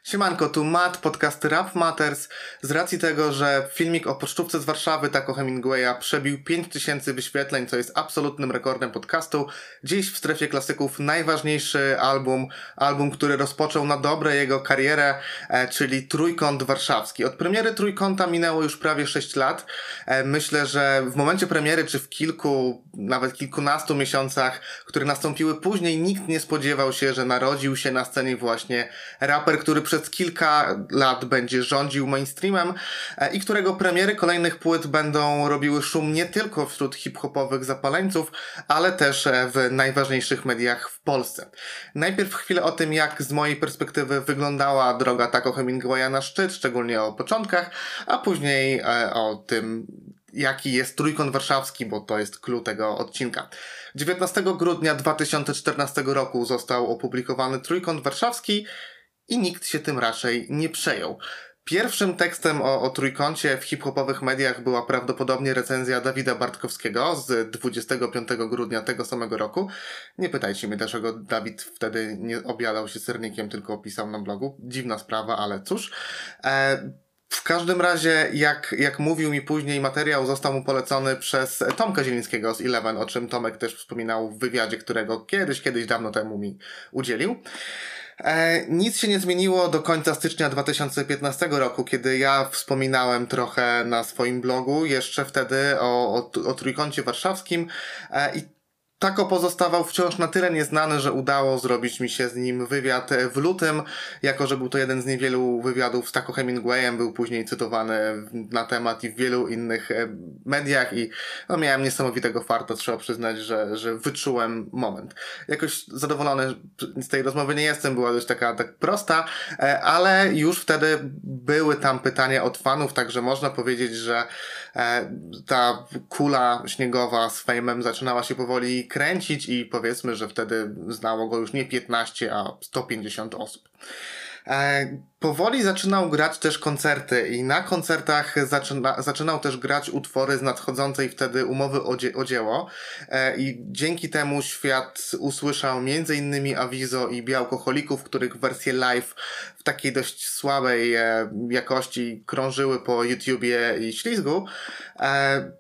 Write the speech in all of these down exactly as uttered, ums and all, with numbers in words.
Siemanko, tu Matt, podcast Rap Matters. Z racji tego, że filmik o pocztówce z Warszawy Taco Hemingwaya przebił pięć tysięcy wyświetleń, co jest absolutnym rekordem podcastu, dziś w strefie klasyków najważniejszy album, album, który rozpoczął na dobre jego karierę, e, czyli Trójkąt Warszawski. Od premiery Trójkąta minęło już prawie sześć lat. E, myślę, że w momencie premiery, czy w kilku, nawet kilkunastu miesiącach, które nastąpiły później, nikt nie spodziewał się, że narodził się na scenie właśnie raper, który przez kilka lat będzie rządził mainstreamem i którego premiery kolejnych płyt będą robiły szum nie tylko wśród hip-hopowych zapaleńców, ale też w najważniejszych mediach w Polsce. Najpierw chwilę o tym, jak z mojej perspektywy wyglądała droga Taco Hemingwaya na szczyt, szczególnie o początkach, a później o tym, jaki jest Trójkąt Warszawski, bo to jest clue tego odcinka. dziewiętnastego grudnia dwa tysiące czternastego roku został opublikowany Trójkąt Warszawski i nikt się tym raczej nie przejął. Pierwszym tekstem o, o Trójkącie w hip-hopowych mediach była prawdopodobnie recenzja Dawida Bartkowskiego z dwudziestego piątego grudnia tego samego roku. Nie pytajcie mnie, dlaczego Dawid wtedy nie objadał się sernikiem, tylko pisał na blogu. Dziwna sprawa, ale cóż. E, w każdym razie, jak, jak mówił mi później, materiał został mu polecony przez Tomka Zielińskiego z Eleven, o czym Tomek też wspominał w wywiadzie, którego kiedyś, kiedyś dawno temu mi udzielił. E, nic się nie zmieniło do końca stycznia dwa tysiące piętnastego roku, kiedy ja wspominałem trochę na swoim blogu jeszcze wtedy o, o, o Trójkącie Warszawskim e, i Taco pozostawał wciąż na tyle nieznany, że udało zrobić mi się z nim wywiad w lutym, jako że był to jeden z niewielu wywiadów z Taco Hemingwayem, był później cytowany na temat i w wielu innych mediach i no, miałem niesamowitego farta, trzeba przyznać, że, że wyczułem moment. Jakoś zadowolony z tej rozmowy nie jestem, była dość taka tak prosta, ale już wtedy były tam pytania od fanów, także można powiedzieć, że ta kula śniegowa z fejmem zaczynała się powoli kręcić i powiedzmy, że wtedy znało go już nie piętnaście, a sto pięćdziesiąt osób. E, powoli zaczynał grać też koncerty i na koncertach zaczyna, zaczynał też grać utwory z nadchodzącej wtedy umowy o, dzie, o dzieło e, i dzięki temu świat usłyszał między innymi Awizo i Białkoholików, których wersje live w takiej dość słabej e, jakości krążyły po YouTubie i ślizgu. E,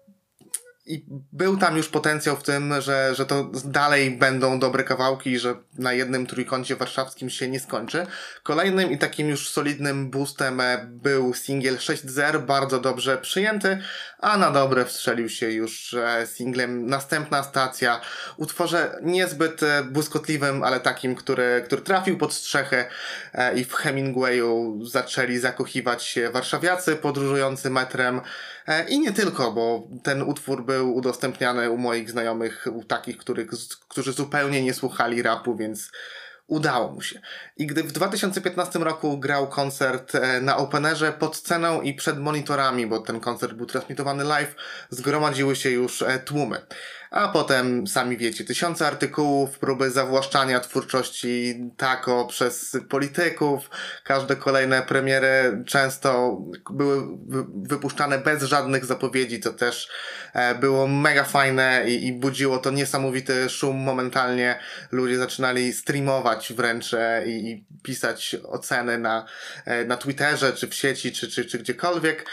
I był tam już potencjał w tym, że, że to dalej będą dobre kawałki i że na jednym Trójkącie Warszawskim się nie skończy. Kolejnym i takim już solidnym boostem był singiel sześć zer, bardzo dobrze przyjęty, a na dobre wstrzelił się już singlem Następna stacja, utworze niezbyt błyskotliwym, ale takim, który, który trafił pod strzechę i w Hemingwayu zaczęli zakochiwać się warszawiacy podróżujący metrem. I nie tylko, bo ten utwór był udostępniany u moich znajomych, u takich, których, którzy zupełnie nie słuchali rapu, więc udało mu się. I gdy w dwa tysiące piętnastym roku grał koncert na Openerze pod sceną i przed monitorami, bo ten koncert był transmitowany live, zgromadziły się już tłumy. A potem, sami wiecie, tysiące artykułów, próby zawłaszczania twórczości Taco przez polityków. Każde kolejne premiery często były wypuszczane bez żadnych zapowiedzi, co też było mega fajne i, i budziło to niesamowity szum momentalnie. Ludzie zaczynali streamować wręcz i, i pisać oceny na, na Twitterze, czy w sieci, czy, czy, czy gdziekolwiek.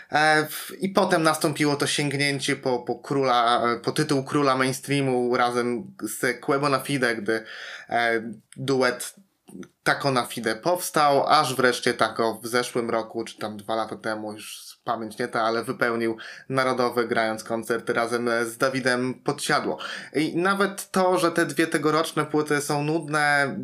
I potem nastąpiło to sięgnięcie po, po króla, po tytuł króla mainstreamu razem z Quebo na Fide, gdy e, duet Taco na Fide powstał, aż wreszcie Taco w zeszłym roku, czy tam dwa lata temu, już pamięć nie ta, ale wypełnił narodowy, grając koncert razem z Dawidem Podsiadło. I nawet to, że te dwie tegoroczne płyty są nudne,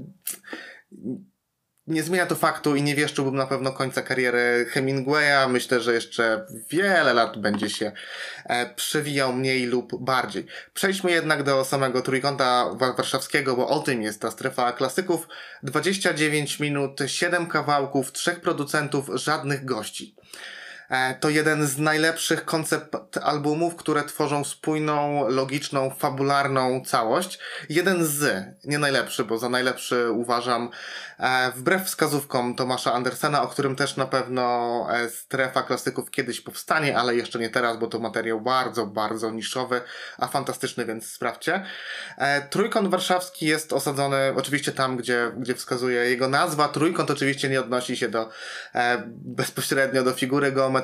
nie zmienia to faktu i nie wieszczyłbym na pewno końca kariery Hemingwaya. Myślę, że jeszcze wiele lat będzie się e, przewijał mniej lub bardziej. Przejdźmy jednak do samego Trójkąta Warszawskiego, bo o tym jest ta strefa klasyków. dwadzieścia dziewięć minut, siedem kawałków, trzech producentów, żadnych gości. To jeden z najlepszych koncept albumów, które tworzą spójną, logiczną, fabularną całość. Jeden z, nie najlepszy, bo za najlepszy uważam wbrew wskazówkom Tomasza Andersena, o którym też na pewno Strefa Klasyków kiedyś powstanie, ale jeszcze nie teraz, bo to materiał bardzo, bardzo niszowy, a fantastyczny, więc sprawdźcie. Trójkąt Warszawski jest osadzony oczywiście tam, gdzie, gdzie wskazuje jego nazwa. Trójkąt oczywiście nie odnosi się do bezpośrednio do figury geometrycznej,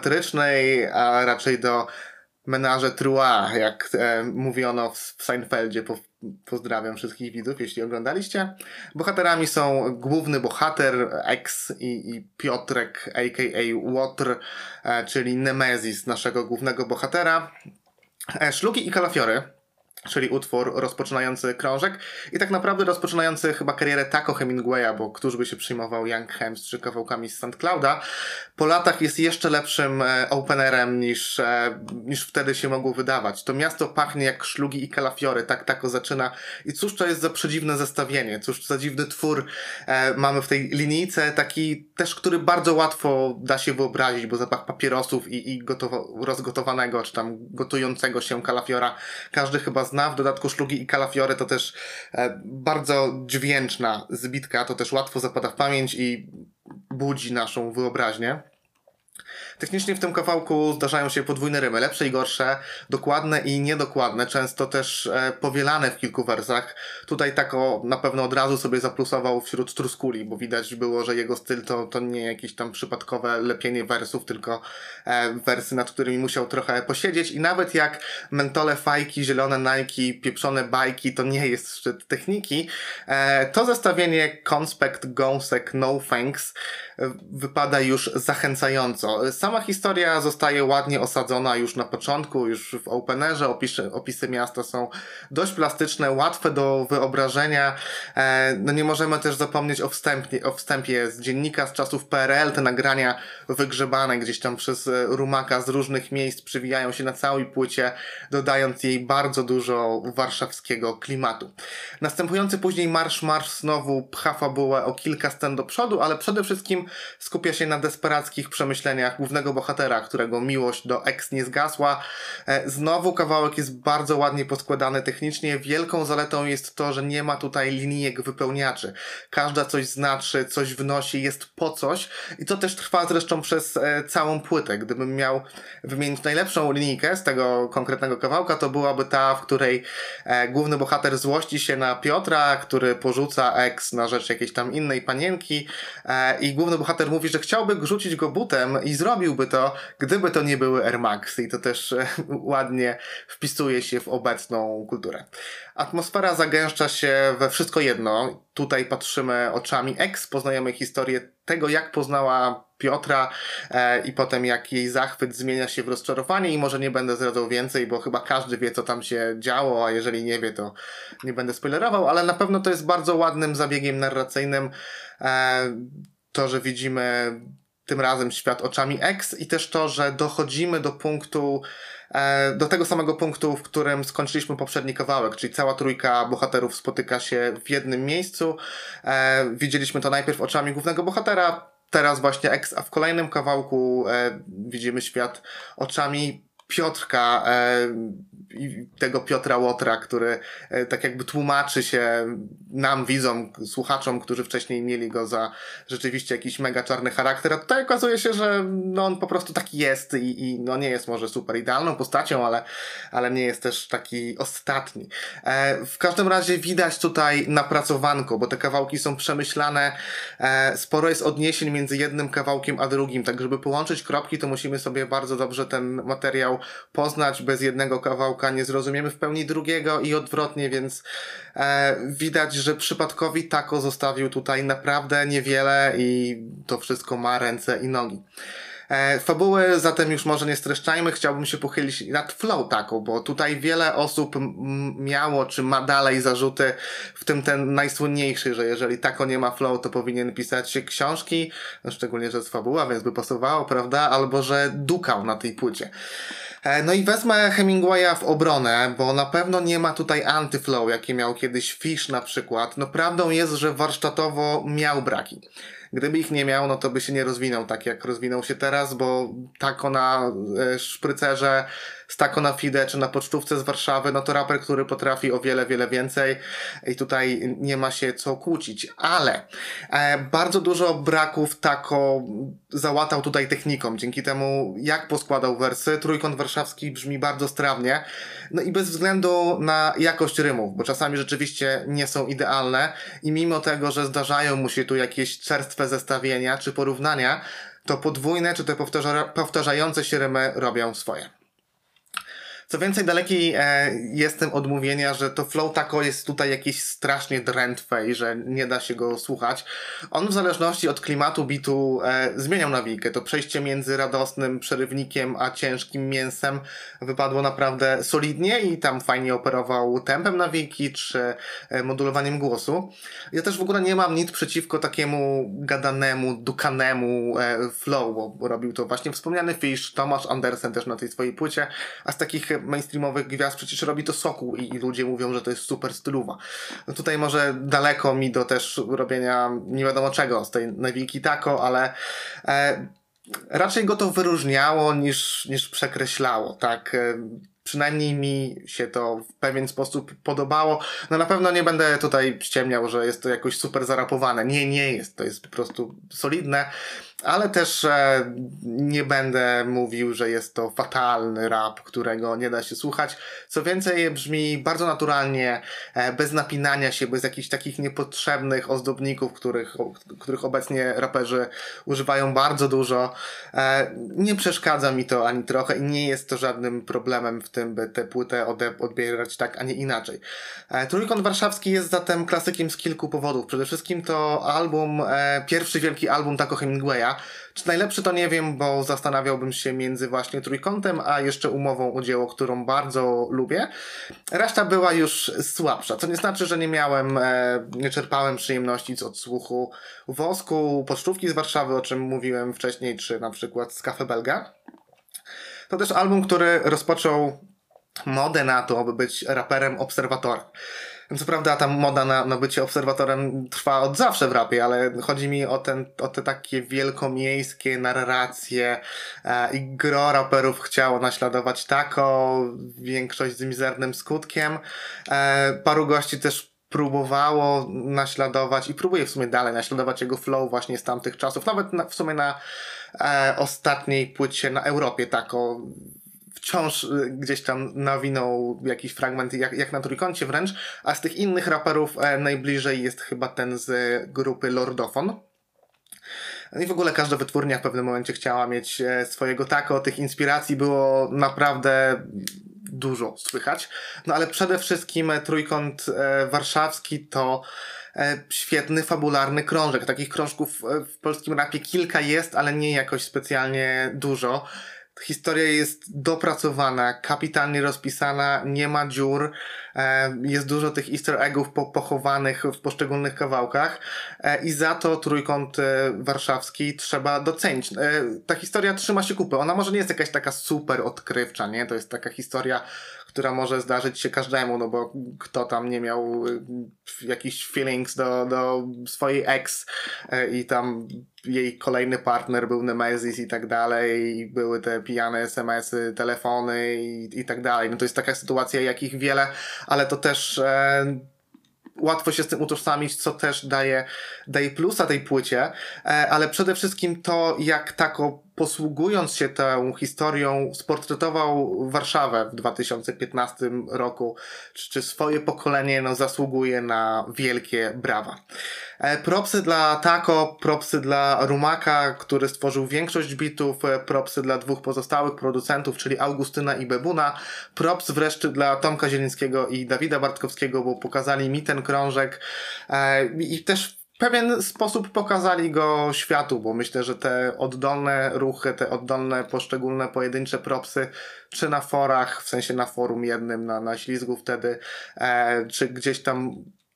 a raczej do menage trois, jak e, mówiono w, w Seinfeldzie. Po, pozdrawiam wszystkich widzów, jeśli oglądaliście. Bohaterami są główny bohater X i, i Piotrek, a k a. Łotr, e, czyli Nemezis naszego głównego bohatera. E, Szlugi i kalafiory, czyli utwór rozpoczynający krążek i tak naprawdę rozpoczynający chyba karierę Taco Hemingwaya, bo któż by się przyjmował Young Hems czy kawałkami z Saint Clouda. Po latach jest jeszcze lepszym e, openerem niż, e, niż wtedy się mogło wydawać. To miasto pachnie jak szlugi i kalafiory, tak Taco zaczyna. I cóż to jest za przedziwne zestawienie, cóż za dziwny twór e, mamy w tej linijce, taki też, który bardzo łatwo da się wyobrazić, bo zapach papierosów i, i gotowo, rozgotowanego, czy tam gotującego się kalafiora każdy chyba zna. W dodatku szlugi i kalafiory to też e, bardzo dźwięczna zbitka, to też łatwo zapada w pamięć i budzi naszą wyobraźnię. Technicznie w tym kawałku zdarzają się podwójne rymy, lepsze i gorsze, dokładne i niedokładne, często też e, powielane w kilku wersach. Tutaj Taco na pewno od razu sobie zaplusował wśród truskuli, bo widać było, że jego styl to, to nie jakieś tam przypadkowe lepienie wersów, tylko e, wersy, nad którymi musiał trochę posiedzieć i nawet jak mentole fajki, zielone Nike, pieprzone bajki, to nie jest szczyt techniki, e, to zestawienie Conspect, Gąsek, No Thanks e, wypada już zachęcająco. Sama historia zostaje ładnie osadzona już na początku, już w openerze. Opisy, opisy miasta są dość plastyczne, łatwe do wyobrażenia. E, no nie możemy też zapomnieć o wstępie, o wstępie z dziennika z czasów P R L. Te nagrania wygrzebane gdzieś tam przez Rumaka z różnych miejsc przywijają się na całej płycie, dodając jej bardzo dużo warszawskiego klimatu. Następujący później Marsz Marsz znowu pcha fabułę o kilka scen do przodu, ale przede wszystkim skupia się na desperackich przemyśleniach głównego bohatera, którego miłość do X nie zgasła. Znowu kawałek jest bardzo ładnie poskładany technicznie. Wielką zaletą jest to, że nie ma tutaj linijek wypełniaczy. Każda coś znaczy, coś wnosi, jest po coś i to też trwa zresztą przez e, całą płytę. Gdybym miał wymienić najlepszą linijkę z tego konkretnego kawałka, to byłaby ta, w której e, główny bohater złości się na Piotra, który porzuca X na rzecz jakiejś tam innej panienki e, i główny bohater mówi, że chciałby rzucić go butem i zrobiłby to, gdyby to nie były Air Max i to też e, ładnie wpisuje się w obecną kulturę. Atmosfera zagęszcza się we wszystko jedno. Tutaj patrzymy oczami X, poznajemy historię tego, jak poznała Piotra e, i potem jak jej zachwyt zmienia się w rozczarowanie i może nie będę zdradzał więcej, bo chyba każdy wie, co tam się działo, a jeżeli nie wie, to nie będę spoilerował, ale na pewno to jest bardzo ładnym zabiegiem narracyjnym e, to, że widzimy tym razem świat oczami X i też to, że dochodzimy do punktu, do tego samego punktu, w którym skończyliśmy poprzedni kawałek, czyli cała trójka bohaterów spotyka się w jednym miejscu. Widzieliśmy to najpierw oczami głównego bohatera, teraz właśnie X, a w kolejnym kawałku widzimy świat oczami Piotrka, tego Piotra Łotra, który tak jakby tłumaczy się nam, widzom, słuchaczom, którzy wcześniej mieli go za rzeczywiście jakiś mega czarny charakter, a tutaj okazuje się, że no on po prostu taki jest i, i no nie jest może super idealną postacią, ale, ale nie jest też taki ostatni. E, w każdym razie widać tutaj napracowanko, bo te kawałki są przemyślane, e, sporo jest odniesień między jednym kawałkiem a drugim, tak żeby połączyć kropki, to musimy sobie bardzo dobrze ten materiał poznać. Bez jednego kawałka nie zrozumiemy w pełni drugiego i odwrotnie, więc e, widać, że przypadkowi Taco zostawił tutaj naprawdę niewiele i to wszystko ma ręce i nogi. E, fabuły zatem już może nie streszczajmy, chciałbym się pochylić nad flow Taco, bo tutaj wiele osób m- miało, czy ma dalej zarzuty, w tym ten najsłynniejszy, że jeżeli Taco nie ma flow, to powinien pisać książki, no szczególnie, że jest fabuła, więc by pasowało, prawda, albo że dukał na tej płycie. No i wezmę Hemingwaya w obronę, bo na pewno nie ma tutaj antyflow, jakie miał kiedyś Fish na przykład. No prawdą jest, że warsztatowo miał braki. Gdyby ich nie miał, no to by się nie rozwinął tak, jak rozwinął się teraz, bo Taco na e, szprycerze, z Taco na Fide czy na pocztówce z Warszawy, no to raper, który potrafi o wiele, wiele więcej i tutaj nie ma się co kłócić. Ale e, bardzo dużo braków Taco załatał tutaj techniką. Dzięki temu, jak poskładał wersy, Trójkąt Warszawski brzmi bardzo strawnie. No i bez względu na jakość rymów, bo czasami rzeczywiście nie są idealne i mimo tego, że zdarzają mu się tu jakieś czerstwe zestawienia czy porównania, to podwójne czy te powtarza powtarzające się rymy robią swoje. Co więcej, daleki e, jestem od mówienia, że to flow Taco jest tutaj jakieś strasznie drętwe i że nie da się go słuchać. On w zależności od klimatu bitu e, zmieniał nawijkę. To przejście między radosnym przerywnikiem a ciężkim mięsem wypadło naprawdę solidnie i tam fajnie operował tempem nawijki czy e, modulowaniem głosu. Ja też w ogóle nie mam nic przeciwko takiemu gadanemu, dukanemu e, flow, bo robił to właśnie wspomniany Fish, Tomasz Andersen też na tej swojej płycie, a z takich mainstreamowych gwiazd przecież robi to Sokół i, i ludzie mówią, że to jest super stylowa. No tutaj może daleko mi do też robienia nie wiadomo czego z tej nawijki Taco, ale e, raczej go to wyróżniało niż, niż przekreślało, tak? E, Przynajmniej mi się to w pewien sposób podobało. No na pewno nie będę tutaj ściemniał, że jest to jakoś super zarapowane. Nie, nie jest. To jest po prostu solidne. Ale też e, nie będę mówił, że jest to fatalny rap, którego nie da się słuchać. Co więcej, brzmi bardzo naturalnie, e, bez napinania się, bez jakichś takich niepotrzebnych ozdobników, których, o, których obecnie raperzy używają bardzo dużo. E, nie przeszkadza mi to ani trochę i nie jest to żadnym problemem w tym, by tę płytę odbierać tak, a nie inaczej. E, Trójkąt Warszawski jest zatem klasykiem z kilku powodów. Przede wszystkim to album, e, pierwszy wielki album Taco Hemingwaya. Czy najlepszy to nie wiem, bo zastanawiałbym się między właśnie Trójkątem, a jeszcze Umową o dzieło, którą bardzo lubię. Reszta była już słabsza, co nie znaczy, że nie miałem, e, nie czerpałem przyjemności z odsłuchu Wosku, Pocztówki z Warszawy, o czym mówiłem wcześniej, czy na przykład z Cafe Belga. To też album, który rozpoczął modę na to, aby być raperem obserwatorem. Co prawda ta moda na, na bycie obserwatorem trwa od zawsze w rapie, ale chodzi mi o, ten, o te takie wielkomiejskie narracje e, i gro raperów chciało naśladować Taco, większość z mizernym skutkiem. E, paru gości też próbowało naśladować i próbuje w sumie dalej naśladować jego flow właśnie z tamtych czasów, nawet na, w sumie na e, ostatniej płycie na Europie Taco wciąż gdzieś tam nawinął jakiś fragment, jak, jak na Trójkącie wręcz, a z tych innych raperów e, najbliżej jest chyba ten z grupy Lordofon. I w ogóle każda wytwórnia w pewnym momencie chciała mieć e, swojego Taco, tych inspiracji było naprawdę dużo słychać. No ale przede wszystkim Trójkąt e, Warszawski to e, świetny, fabularny krążek. Takich krążków w polskim rapie kilka jest, ale nie jakoś specjalnie dużo. Historia jest dopracowana, kapitalnie rozpisana, nie ma dziur, e, jest dużo tych easter eggów po, pochowanych w poszczególnych kawałkach e, i za to Trójkąt e, Warszawski trzeba docenić. E, ta historia trzyma się kupy, ona może nie jest jakaś taka super odkrywcza, nie? To jest taka historia, która może zdarzyć się każdemu, no bo kto tam nie miał y, jakichś feelings do, do swojej ex y, i tam jej kolejny partner był Nemesis i tak dalej, i były te pijane es em esy, telefony i, i tak dalej. No to jest taka sytuacja, jakich wiele, ale to też e, łatwo się z tym utożsamić, co też daje, daje plusa tej płycie, e, ale przede wszystkim to, jak Taco posługując się tą historią sportretował Warszawę w dwa tysiące piętnastym roku, czy, czy swoje pokolenie no, zasługuje na wielkie brawa. E, propsy dla Taco, propsy dla Rumaka, który stworzył większość bitów, e, propsy dla dwóch pozostałych producentów, czyli Augustyna i Bebuna, props wreszcie dla Tomka Zielińskiego i Dawida Bartkowskiego, bo pokazali mi ten krążek e, i też w pewien sposób pokazali go światu, bo myślę, że te oddolne ruchy, te oddolne, poszczególne, pojedyncze propsy, czy na forach, w sensie na forum jednym, na, na ślizgu wtedy, e, czy gdzieś tam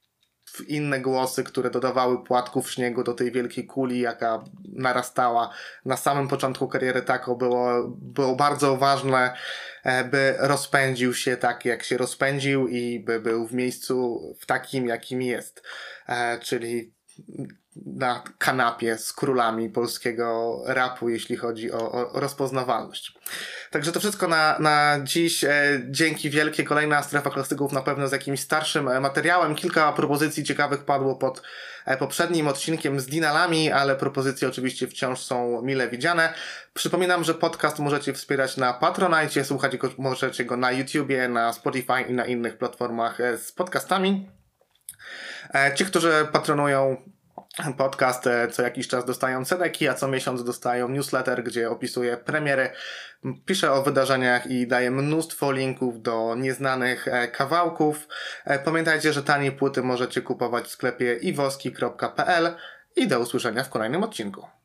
w inne głosy, które dodawały płatków śniegu do tej wielkiej kuli, jaka narastała na samym początku kariery Taco, było, było bardzo ważne, by rozpędził się tak, jak się rozpędził i by był w miejscu w takim, jakim jest. E, czyli na kanapie z królami polskiego rapu, jeśli chodzi o, o rozpoznawalność. Także to wszystko na, na dziś. E, dzięki wielkie. Kolejna strefa klasyków na pewno z jakimś starszym e, materiałem. Kilka propozycji ciekawych padło pod e, poprzednim odcinkiem z Dinalami, ale propozycje oczywiście wciąż są mile widziane. Przypominam, że podcast możecie wspierać na Patronite, słuchać go możecie go na YouTubie, na Spotify i na innych platformach e, z podcastami. E, ci, którzy patronują podcast, co jakiś czas dostają cedeki, a co miesiąc dostają newsletter, gdzie opisuję premiery, piszę o wydarzeniach i daję mnóstwo linków do nieznanych kawałków. Pamiętajcie, że tanie płyty możecie kupować w sklepie iwoski kropka p l i do usłyszenia w kolejnym odcinku.